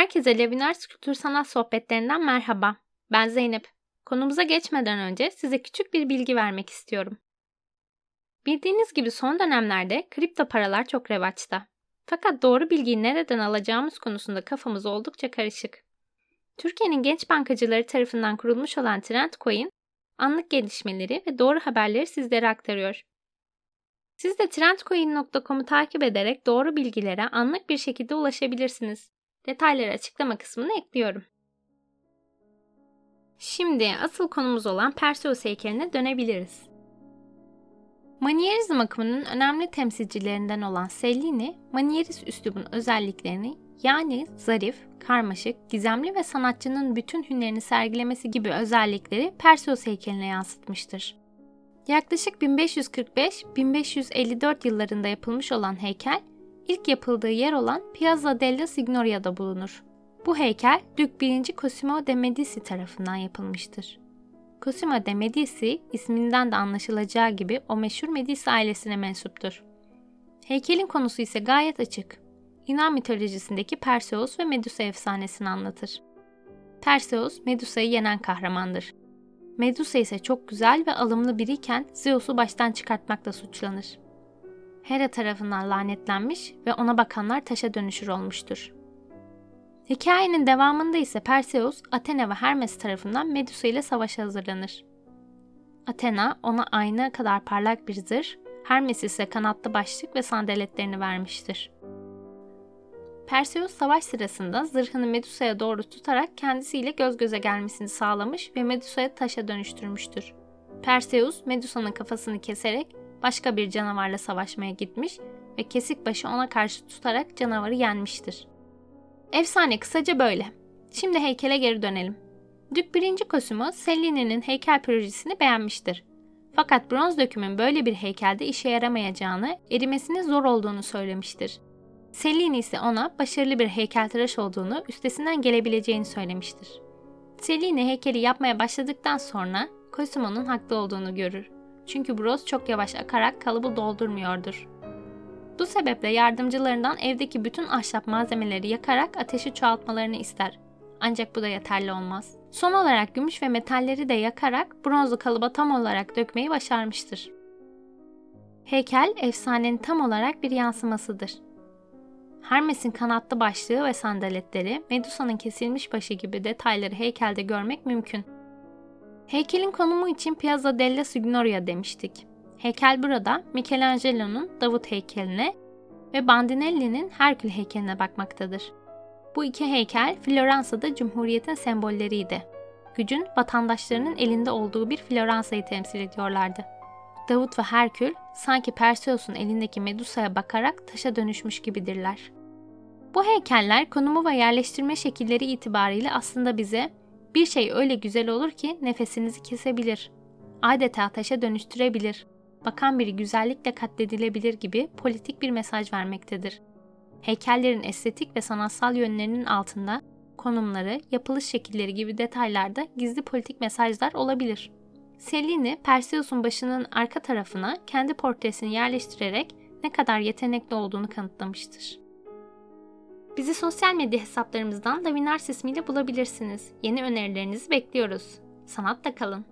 Herkese Levinas Kültür Sanat Sohbetlerinden merhaba. Ben Zeynep. Konumuza geçmeden önce size küçük bir bilgi vermek istiyorum. Bildiğiniz gibi son dönemlerde kripto paralar çok revaçta. Fakat doğru bilgiyi nereden alacağımız konusunda kafamız oldukça karışık. Türkiye'nin genç bankacıları tarafından kurulmuş olan Trendcoin, anlık gelişmeleri ve doğru haberleri sizlere aktarıyor. Siz de trendcoin.com'u takip ederek doğru bilgilere anlık bir şekilde ulaşabilirsiniz. Detayları açıklama kısmına ekliyorum. Şimdi asıl konumuz olan Perseus heykeline dönebiliriz. Manierizm akımının önemli temsilcilerinden olan Cellini, Manierist üslubun özelliklerini yani zarif, karmaşık, gizemli ve sanatçının bütün hünlerini sergilemesi gibi özellikleri Perseus heykeline yansıtmıştır. Yaklaşık 1545-1554 yıllarında yapılmış olan heykel, ilk yapıldığı yer olan Piazza della Signoria'da bulunur. Bu heykel, Dük 1. Cosimo de Medici tarafından yapılmıştır. Cosimo de Medici, isminden de anlaşılacağı gibi o meşhur Medici ailesine mensuptur. Heykelin konusu ise gayet açık. Yunan mitolojisindeki Perseus ve Medusa efsanesini anlatır. Perseus, Medusa'yı yenen kahramandır. Medusa ise çok güzel ve alımlı biriyken Zeus'u baştan çıkartmakla suçlanır. Hera tarafından lanetlenmiş ve ona bakanlar taşa dönüşür olmuştur. Hikayenin devamında ise Perseus, Athena ve Hermes tarafından Medusa ile savaşa hazırlanır. Athena ona ayna kadar parlak bir zırh, Hermes ise kanatlı başlık ve sandaletlerini vermiştir. Perseus savaş sırasında zırhını Medusa'ya doğru tutarak kendisiyle göz göze gelmesini sağlamış ve Medusa'ya taşa dönüştürmüştür. Perseus, Medusa'nın kafasını keserek başka bir canavarla savaşmaya gitmiş ve kesik başı ona karşı tutarak canavarı yenmiştir. Efsane kısaca böyle. Şimdi heykele geri dönelim. Dük 1. Cosimo, Cellini'nin heykel projesini beğenmiştir. Fakat bronz dökümün böyle bir heykelde işe yaramayacağını, erimesinin zor olduğunu söylemiştir. Cellini ise ona başarılı bir heykeltıraş olduğunu, üstesinden gelebileceğini söylemiştir. Cellini heykeli yapmaya başladıktan sonra Cosimo'nun haklı olduğunu görür. Çünkü bronz çok yavaş akarak kalıbı doldurmuyordur. Bu sebeple yardımcılarından evdeki bütün ahşap malzemeleri yakarak ateşi çoğaltmalarını ister. Ancak bu da yeterli olmaz. Son olarak gümüş ve metalleri de yakarak bronzu kalıba tam olarak dökmeyi başarmıştır. Heykel, efsanenin tam olarak bir yansımasıdır. Hermes'in kanatlı başlığı ve sandaletleri, Medusa'nın kesilmiş başı gibi detayları heykelde görmek mümkün. Heykelin konumu için Piazza della Signoria demiştik. Heykel burada Michelangelo'nun Davut heykeline ve Bandinelli'nin Herkül heykeline bakmaktadır. Bu iki heykel Floransa'da Cumhuriyet'in sembolleriydi. Gücün vatandaşlarının elinde olduğu bir Floransa'yı temsil ediyorlardı. Davut ve Herkül sanki Perseus'un elindeki Medusa'ya bakarak taşa dönüşmüş gibidirler. Bu heykeller konumu ve yerleştirme şekilleri itibariyle aslında bize bir şey öyle güzel olur ki nefesinizi kesebilir, adeta taşa dönüştürebilir, bakan biri güzellikle katledilebilir gibi politik bir mesaj vermektedir. Heykellerin estetik ve sanatsal yönlerinin altında konumları, yapılış şekilleri gibi detaylarda gizli politik mesajlar olabilir. Cellini, Perseus'un başının arka tarafına kendi portresini yerleştirerek ne kadar yetenekli olduğunu kanıtlamıştır. Bizi sosyal medya hesaplarımızdan Levinas ismiyle bulabilirsiniz. Yeni önerilerinizi bekliyoruz. Sanatla kalın.